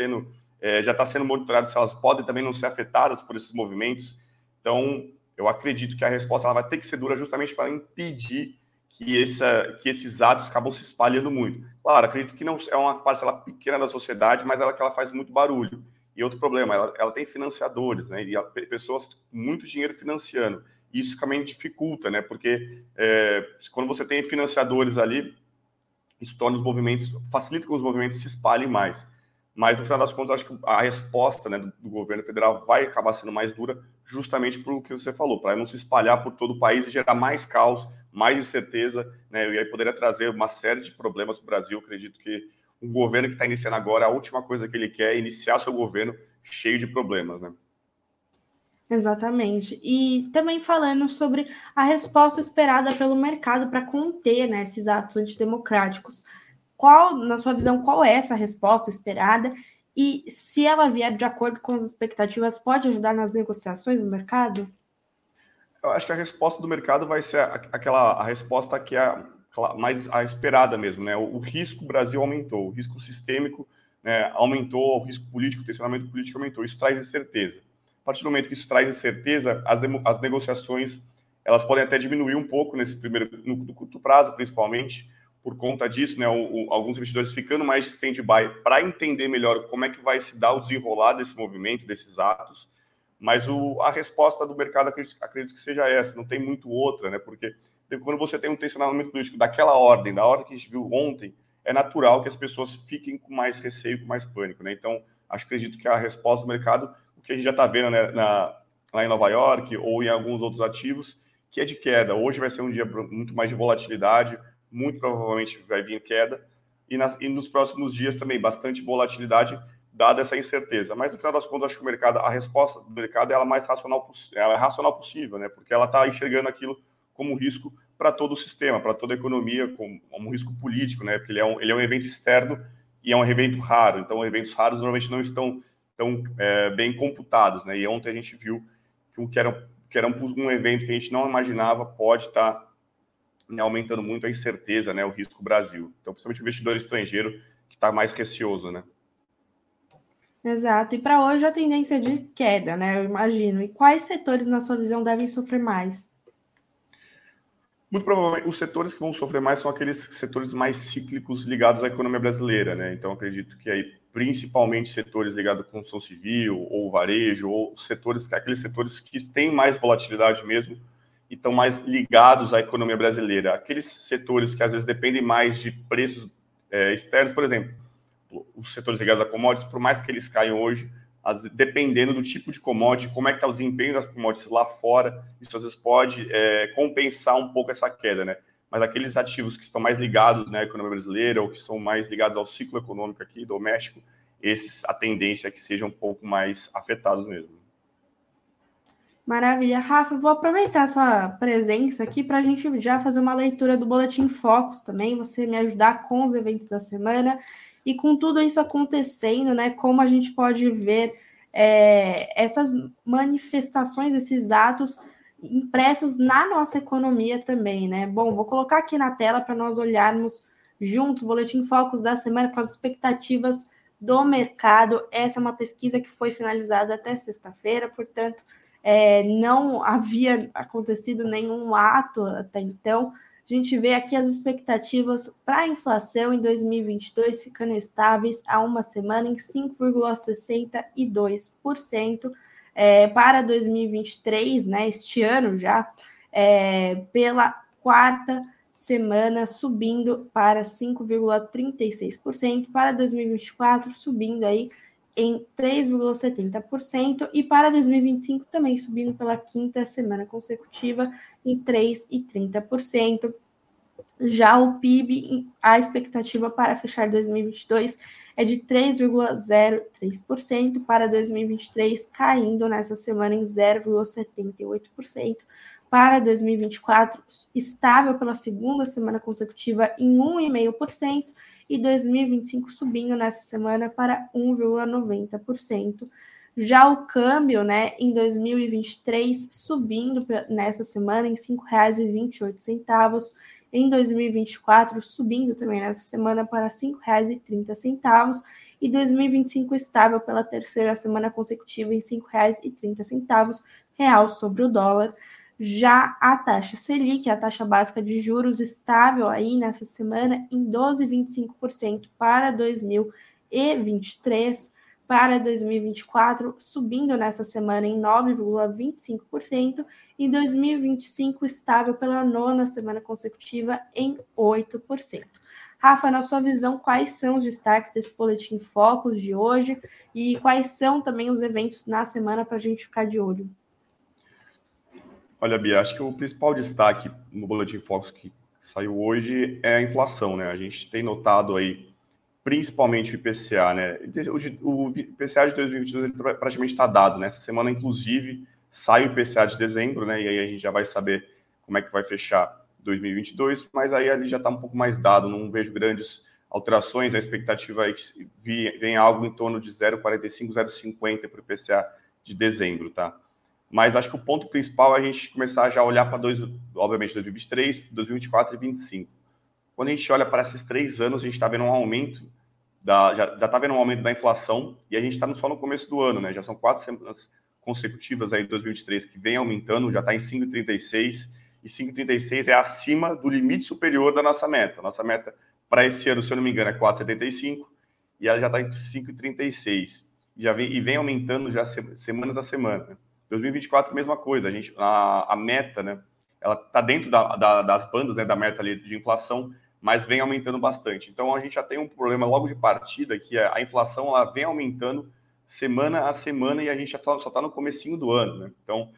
já está sendo monitorado se elas podem também não ser afetadas por esses movimentos. Então, eu acredito que a resposta ela vai ter que ser dura justamente para impedir que esses atos acabam se espalhando muito. Claro, acredito que não é uma parcela pequena da sociedade, mas que ela faz muito barulho. E outro problema, ela tem financiadores, né? E pessoas com muito dinheiro financiando. e isso também dificulta, né? Porque quando você tem financiadores ali, isso torna os movimentos, facilita que os movimentos se espalhem mais. Mas, no final das contas, acho que a resposta, né, do governo federal vai acabar sendo mais dura, justamente por o que você falou, para não se espalhar por todo o país e gerar mais caos, mais incerteza, né, e aí poderia trazer uma série de problemas para o Brasil. Eu acredito que o governo que está iniciando agora, a última coisa que ele quer é iniciar seu governo cheio de problemas, né? Exatamente. E também falando sobre a resposta esperada pelo mercado para conter, né, esses atos antidemocráticos. Na sua visão, qual é essa resposta esperada? E se ela vier de acordo com as expectativas, pode ajudar nas negociações do mercado? Eu acho que a resposta do mercado vai ser a resposta que é mais a esperada mesmo, né? O risco Brasil aumentou, o risco sistêmico, né, aumentou, o risco político, o tensionamento político aumentou. Isso traz incerteza. A partir do momento que isso traz incerteza, as negociações elas podem até diminuir um pouco no curto prazo, principalmente por conta disso, né? Alguns investidores ficando mais de stand-by para entender melhor como é que vai se dar o desenrolar desse movimento, desses atos. Mas a resposta do mercado acredito que seja essa, não tem muito outra, né? Porque quando você tem um tensionamento político daquela ordem, da ordem que a gente viu ontem, é natural que as pessoas fiquem com mais receio, com mais pânico, né? Então, acredito que a resposta do mercado, o que a gente já está vendo, né, lá em Nova York ou em alguns outros ativos, que é de queda. Hoje vai ser um dia muito mais de volatilidade, muito provavelmente vai vir queda, e nos próximos dias também bastante volatilidade, dada essa incerteza. Mas, no final das contas, acho que a resposta do mercado é a mais racional, ela é racional possível, né? Porque ela está enxergando aquilo como um risco para todo o sistema, para toda a economia, como um risco político, né? Porque ele é um evento externo e é um evento raro. Então, eventos raros normalmente não estão tão bem computados, né? E ontem a gente viu que era um evento que a gente não imaginava pode estar, né, aumentando muito a incerteza, né? O risco Brasil. Então, principalmente o investidor estrangeiro que está mais receoso, né? Exato. E para hoje a tendência é de queda, né? Eu imagino. E quais setores, na sua visão, devem sofrer mais? Muito provavelmente, os setores que vão sofrer mais são aqueles setores mais cíclicos ligados à economia brasileira, né? Então, acredito que aí, principalmente setores ligados à construção civil, ou varejo, ou aqueles setores que têm mais volatilidade mesmo e estão mais ligados à economia brasileira. Aqueles setores que às vezes dependem mais de preços externos, por exemplo, os setores ligados a commodities, por mais que eles caiam hoje, dependendo do tipo de commodity, como é que está o desempenho das commodities lá fora, isso às vezes pode compensar um pouco essa queda, né? Mas aqueles ativos que estão mais ligados, né, à economia brasileira ou que são mais ligados ao ciclo econômico aqui, doméstico, a tendência é que sejam um pouco mais afetados mesmo. Maravilha. Rafa, eu vou aproveitar a sua presença aqui para a gente já fazer uma leitura do Boletim Focus também, você me ajudar com os eventos da semana e com tudo isso acontecendo, né? Como a gente pode ver essas manifestações, esses atos impressos na nossa economia também, né? Bom, vou colocar aqui na tela para nós olharmos juntos o Boletim Focus da semana com as expectativas do mercado. Essa é uma pesquisa que foi finalizada até sexta-feira, portanto, não havia acontecido nenhum ato até então. A gente vê aqui as expectativas para a inflação em 2022 ficando estáveis há uma semana em 5,62%. Para 2023, né, este ano já, pela quarta semana, subindo para 5,36%. Para 2024, subindo aí em 3,70%, e para 2025 também subindo pela quinta semana consecutiva em 3,30%. Já o PIB, a expectativa para fechar 2022 é de 3,03%, para 2023 caindo nessa semana em 0,78%, para 2024 estável pela segunda semana consecutiva em 1,5%, e 2025 subindo nessa semana para 1,90%. Já o câmbio, né, em 2023 subindo nessa semana em R$ 5,28, em 2024 subindo também nessa semana para R$ 5,30, e 2025 estável pela terceira semana consecutiva em R$ 5,30 real sobre o dólar. Já a taxa Selic, a taxa básica de juros, estável aí nessa semana em 12,25% para 2023, para 2024, subindo nessa semana em 9,25%, e 2025 estável pela 9ª semana consecutiva em 8%. Rafa, na sua visão, quais são os destaques desse Boletim Focus de hoje e quais são também os eventos na semana para a gente ficar de olho? Olha, Bia, acho que o principal destaque no Boletim Focus que saiu hoje é a inflação, né? A gente tem notado aí, principalmente o IPCA, né? O IPCA de 2022 ele praticamente está dado, né? Essa semana, inclusive, sai o IPCA de dezembro, né? E aí a gente já vai saber como é que vai fechar 2022, mas aí ele já está um pouco mais dado, não vejo grandes alterações, a expectativa é que vem algo em torno de 0,45, 0,50 para o IPCA de dezembro, tá? Mas acho que o ponto principal é a gente começar já a olhar para, obviamente, 2023, 2024 e 2025. Quando a gente olha para esses 3 anos, a gente está vendo um aumento, já está vendo um aumento da inflação, e a gente está só no começo do ano, né? Já são 4 semanas consecutivas aí em 2023 que vem aumentando, já está em 5,36, e 5,36 é acima do limite superior da nossa meta. Nossa meta para esse ano, se eu não me engano, é 4,75, e ela já está em 5,36. E vem aumentando já semanas a semana. 2024, mesma coisa. A meta, né? Ela está dentro das bandas, né? Da meta ali de inflação, mas vem aumentando bastante. Então, a gente já tem um problema logo de partida, que é a inflação ela vem aumentando semana a semana e a gente só está no comecinho do ano, né? Então,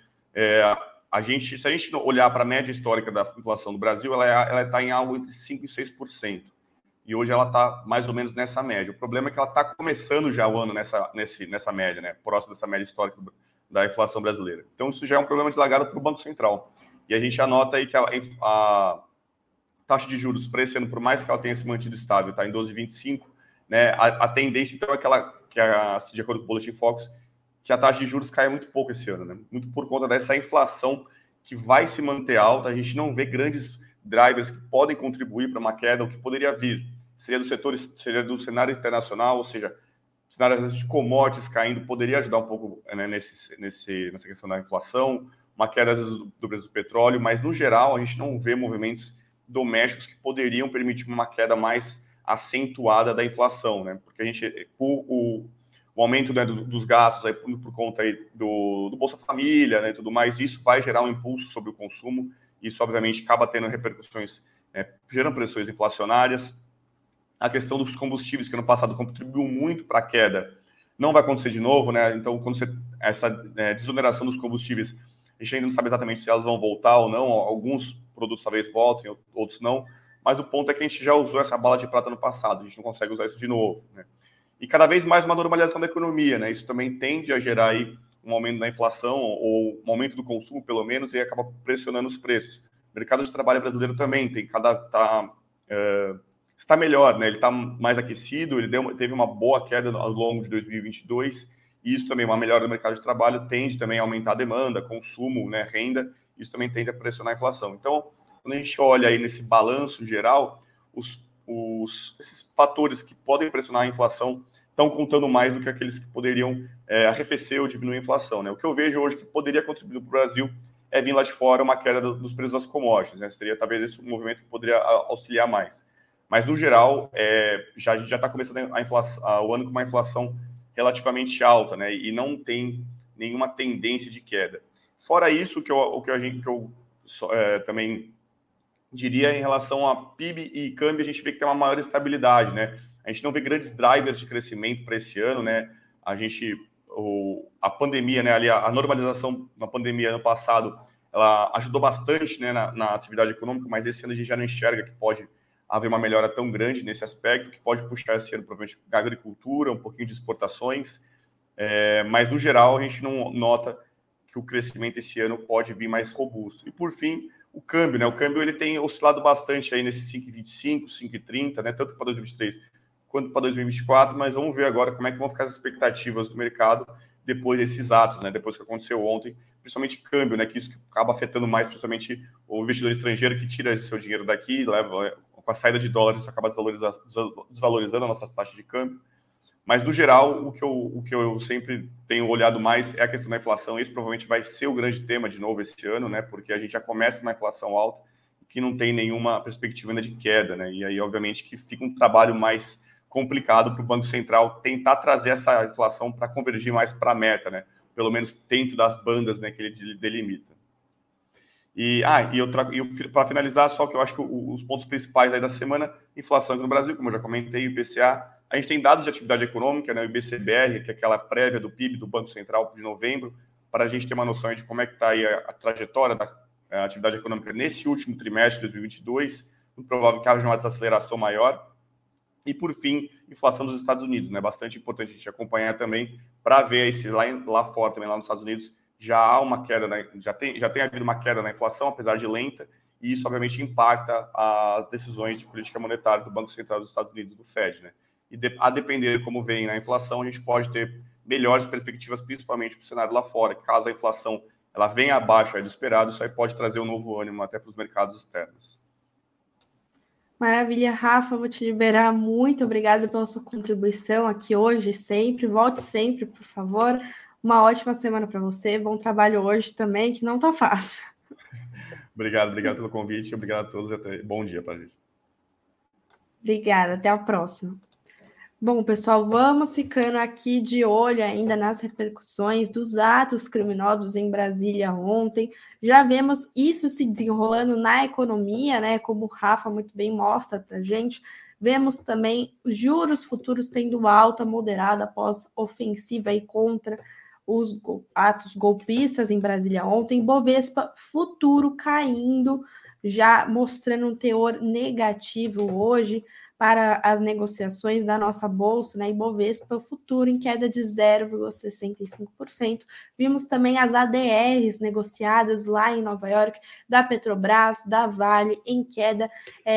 se a gente olhar para a média histórica da inflação do Brasil, ela está em algo entre 5% e 6%. E hoje ela está mais ou menos nessa média. O problema é que ela está começando já o ano nessa média, né? Próximo dessa média histórica da inflação brasileira. Então, isso já é um problema de largada para o Banco Central. E a gente anota aí que a taxa de juros para esse ano, por mais que ela tenha se mantido estável, está em 12,25, né? A tendência, então, é de acordo com o Boletim Focus, que a taxa de juros caia muito pouco esse ano, né? Muito por conta dessa inflação que vai se manter alta. A gente não vê grandes drivers que podem contribuir para uma queda, o que poderia vir. Seria do cenário internacional, ou seja, cenário de commodities caindo poderia ajudar um pouco, né, nessa questão da inflação, uma queda às vezes do preço do petróleo, mas no geral a gente não vê movimentos domésticos que poderiam permitir uma queda mais acentuada da inflação, né? Porque a gente o aumento, né, dos gastos aí por conta aí do Bolsa Família, né, e tudo mais, isso vai gerar um impulso sobre o consumo. Isso obviamente acaba tendo repercussões, gerando pressões inflacionárias. A questão dos combustíveis, que no passado contribuiu muito para a queda, não vai acontecer de novo, né? Então, essa desoneração dos combustíveis, a gente ainda não sabe exatamente se elas vão voltar ou não. Alguns produtos talvez voltem, outros não. Mas o ponto é que a gente já usou essa bala de prata no passado, a gente não consegue usar isso de novo, né? E cada vez mais uma normalização da economia, né? Isso também tende a gerar aí um aumento da inflação, ou um aumento do consumo, pelo menos, e acaba pressionando os preços. O mercado de trabalho brasileiro também está melhor, né? Ele está mais aquecido, teve uma boa queda ao longo de 2022, e isso também, uma melhora do mercado de trabalho, tende também a aumentar a demanda, consumo, né, renda, isso também tende a pressionar a inflação. Então, quando a gente olha aí nesse balanço geral, esses fatores que podem pressionar a inflação estão contando mais do que aqueles que poderiam arrefecer ou diminuir a inflação, né? O que eu vejo hoje que poderia contribuir para o Brasil é vir lá de fora uma queda dos preços das commodities, né? Seria talvez esse um movimento que poderia auxiliar mais. Mas, no geral, a gente já está começando o ano com uma inflação relativamente alta, né? E não tem nenhuma tendência de queda. Fora isso, o que eu também diria em relação a PIB e câmbio, a gente vê que tem uma maior estabilidade, né? A gente não vê grandes drivers de crescimento para esse ano, né? A pandemia, né? Ali a normalização na pandemia ano passado, ela ajudou bastante, né, na atividade econômica, mas esse ano a gente já não enxerga que pode haver uma melhora tão grande nesse aspecto, que pode puxar esse ano provavelmente a agricultura, um pouquinho de exportações, mas no geral a gente não nota que o crescimento esse ano pode vir mais robusto. E por fim, o câmbio, né? O câmbio ele tem oscilado bastante aí nesse 5,25, 5,30, né? Tanto para 2023 quanto para 2024, mas vamos ver agora como é que vão ficar as expectativas do mercado depois desses atos, né? Depois que aconteceu ontem, principalmente câmbio, né? Que isso acaba afetando mais, principalmente o investidor estrangeiro que tira esse seu dinheiro daqui, leva com a saída de dólares, isso acaba desvalorizando a nossa taxa de câmbio. Mas, no geral, o que eu sempre tenho olhado mais é a questão da inflação. Esse provavelmente vai ser o grande tema de novo esse ano, né? Porque a gente já começa com uma inflação alta que não tem nenhuma perspectiva ainda de queda, né? E aí, obviamente, que fica um trabalho mais complicado para o Banco Central tentar trazer essa inflação para convergir mais para a meta, né? Pelo menos dentro das bandas, né, que ele delimita. E para finalizar, só que eu acho que os pontos principais aí da semana, inflação aqui no Brasil, como eu já comentei, o IPCA, a gente tem dados de atividade econômica, né, o IBCBR, que é aquela prévia do PIB do Banco Central de novembro, para a gente ter uma noção de como é que está aí a trajetória da atividade econômica nesse último trimestre de 2022, muito provável que haja uma desaceleração maior. E, por fim, inflação dos Estados Unidos, né? Bastante importante a gente acompanhar também para ver se lá fora, também lá nos Estados Unidos, já há uma queda, né? já tem havido uma queda na inflação, apesar de lenta, e isso, obviamente, impacta as decisões de política monetária do Banco Central dos Estados Unidos, do Fed, né? E a depender de como vem a inflação, a gente pode ter melhores perspectivas, principalmente para o cenário lá fora. Caso a inflação ela venha abaixo do esperado, isso aí pode trazer um novo ânimo até para os mercados externos. Maravilha, Rafa, vou te liberar. Muito obrigada pela sua contribuição aqui hoje, sempre. Volte sempre, por favor. Uma ótima semana para você. Bom trabalho hoje também, que não tá fácil. Obrigado pelo convite. Obrigado a todos e bom dia para a gente. Obrigada, até a próxima. Bom, pessoal, vamos ficando aqui de olho ainda nas repercussões dos atos criminosos em Brasília ontem. Já vemos isso se desenrolando na economia, né? Como o Rafa muito bem mostra para a gente. Vemos também os juros futuros tendo alta moderada após ofensiva aí contra os atos golpistas em Brasília ontem. Bovespa futuro caindo, já mostrando um teor negativo hoje para as negociações da nossa bolsa, né, Ibovespa futuro em queda de 0,65%. Vimos também as ADRs negociadas lá em Nova York, da Petrobras, da Vale, em queda,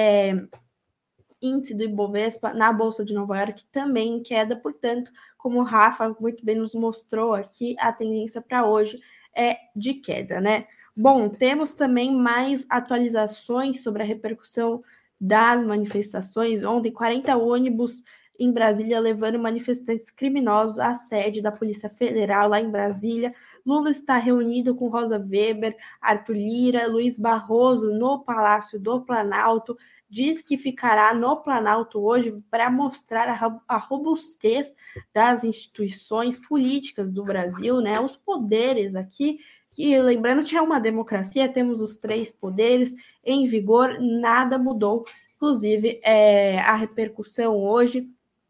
índice do Ibovespa na Bolsa de Nova York também em queda, portanto, como o Rafa muito bem nos mostrou aqui, a tendência para hoje é de queda, né? Bom, temos também mais atualizações sobre a repercussão das manifestações. Ontem, 40 ônibus em Brasília levando manifestantes criminosos à sede da Polícia Federal lá em Brasília. Lula está reunido com Rosa Weber, Arthur Lira, Luiz Barroso no Palácio do Planalto. Diz que ficará no Planalto hoje para mostrar a robustez das instituições políticas do Brasil, né? Os poderes aqui, que lembrando que é uma democracia, temos os 3 poderes em vigor, nada mudou. Inclusive, a repercussão hoje,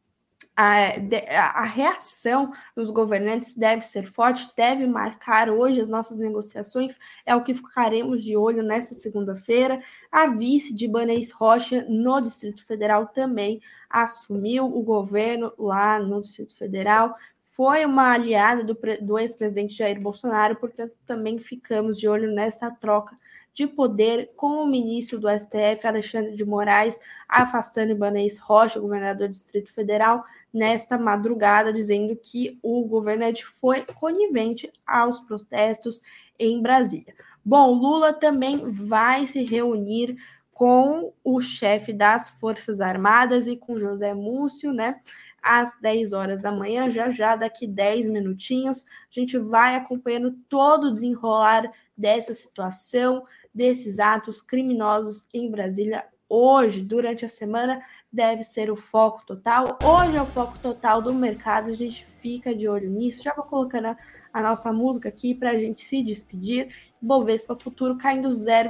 a reação dos governantes deve ser forte, deve marcar hoje as nossas negociações, é o que ficaremos de olho nesta segunda-feira. A vice de Ibanez Rocha, no Distrito Federal, também assumiu o governo lá no Distrito Federal. Foi uma aliada do ex-presidente Jair Bolsonaro, portanto, também ficamos de olho nessa troca de poder com o ministro do STF, Alexandre de Moraes, afastando Ibanez Rocha, governador do Distrito Federal, nesta madrugada, dizendo que o governante foi conivente aos protestos em Brasília. Bom, Lula também vai se reunir com o chefe das Forças Armadas e com José Múcio, né? Às 10 horas da manhã, já daqui 10 minutinhos, a gente vai acompanhando todo o desenrolar dessa situação, desses atos criminosos em Brasília. Hoje, durante a semana, deve ser o foco total. Hoje é o foco total do mercado, a gente fica de olho nisso. Já vou colocando a nossa música aqui para a gente se despedir. Bovespa futuro caindo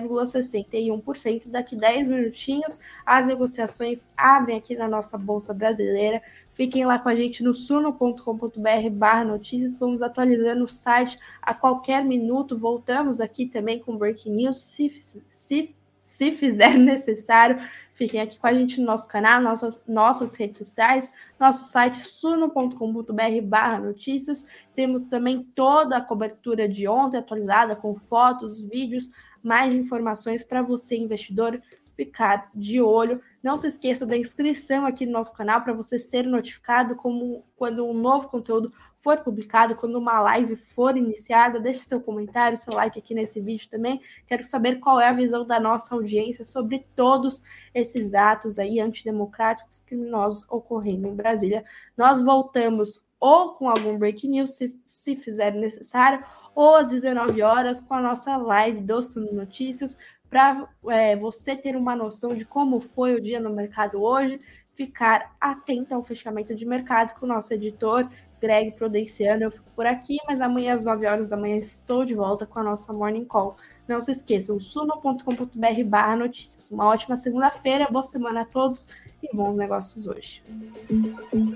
0,61%. Daqui 10 minutinhos, as negociações abrem aqui na nossa Bolsa Brasileira. Fiquem lá com a gente no suno.com.br/notícias. Vamos atualizando o site a qualquer minuto. Voltamos aqui também com Breaking News, se fizer necessário. Fiquem aqui com a gente no nosso canal, nossas redes sociais, nosso site suno.com.br/notícias. Temos também toda a cobertura de ontem atualizada com fotos, vídeos, mais informações para você, investidor, ficar de olho. Não se esqueça da inscrição aqui no nosso canal para você ser notificado quando um novo conteúdo for publicado, quando uma live for iniciada. Deixe seu comentário, seu like aqui nesse vídeo também. Quero saber qual é a visão da nossa audiência sobre todos esses atos aí antidemocráticos, criminosos ocorrendo em Brasília. Nós voltamos ou com algum breaking news, se fizer necessário, ou às 19 horas com a nossa live do Suno Notícias, para você ter uma noção de como foi o dia no mercado hoje. ficar atenta ao fechamento de mercado com o nosso editor, Greg Prudenciano. Eu fico por aqui, mas amanhã às 9 horas da manhã estou de volta com a nossa Morning Call. Não se esqueçam, suno.com.br/notícias. Uma ótima segunda-feira, boa semana a todos e bons negócios hoje.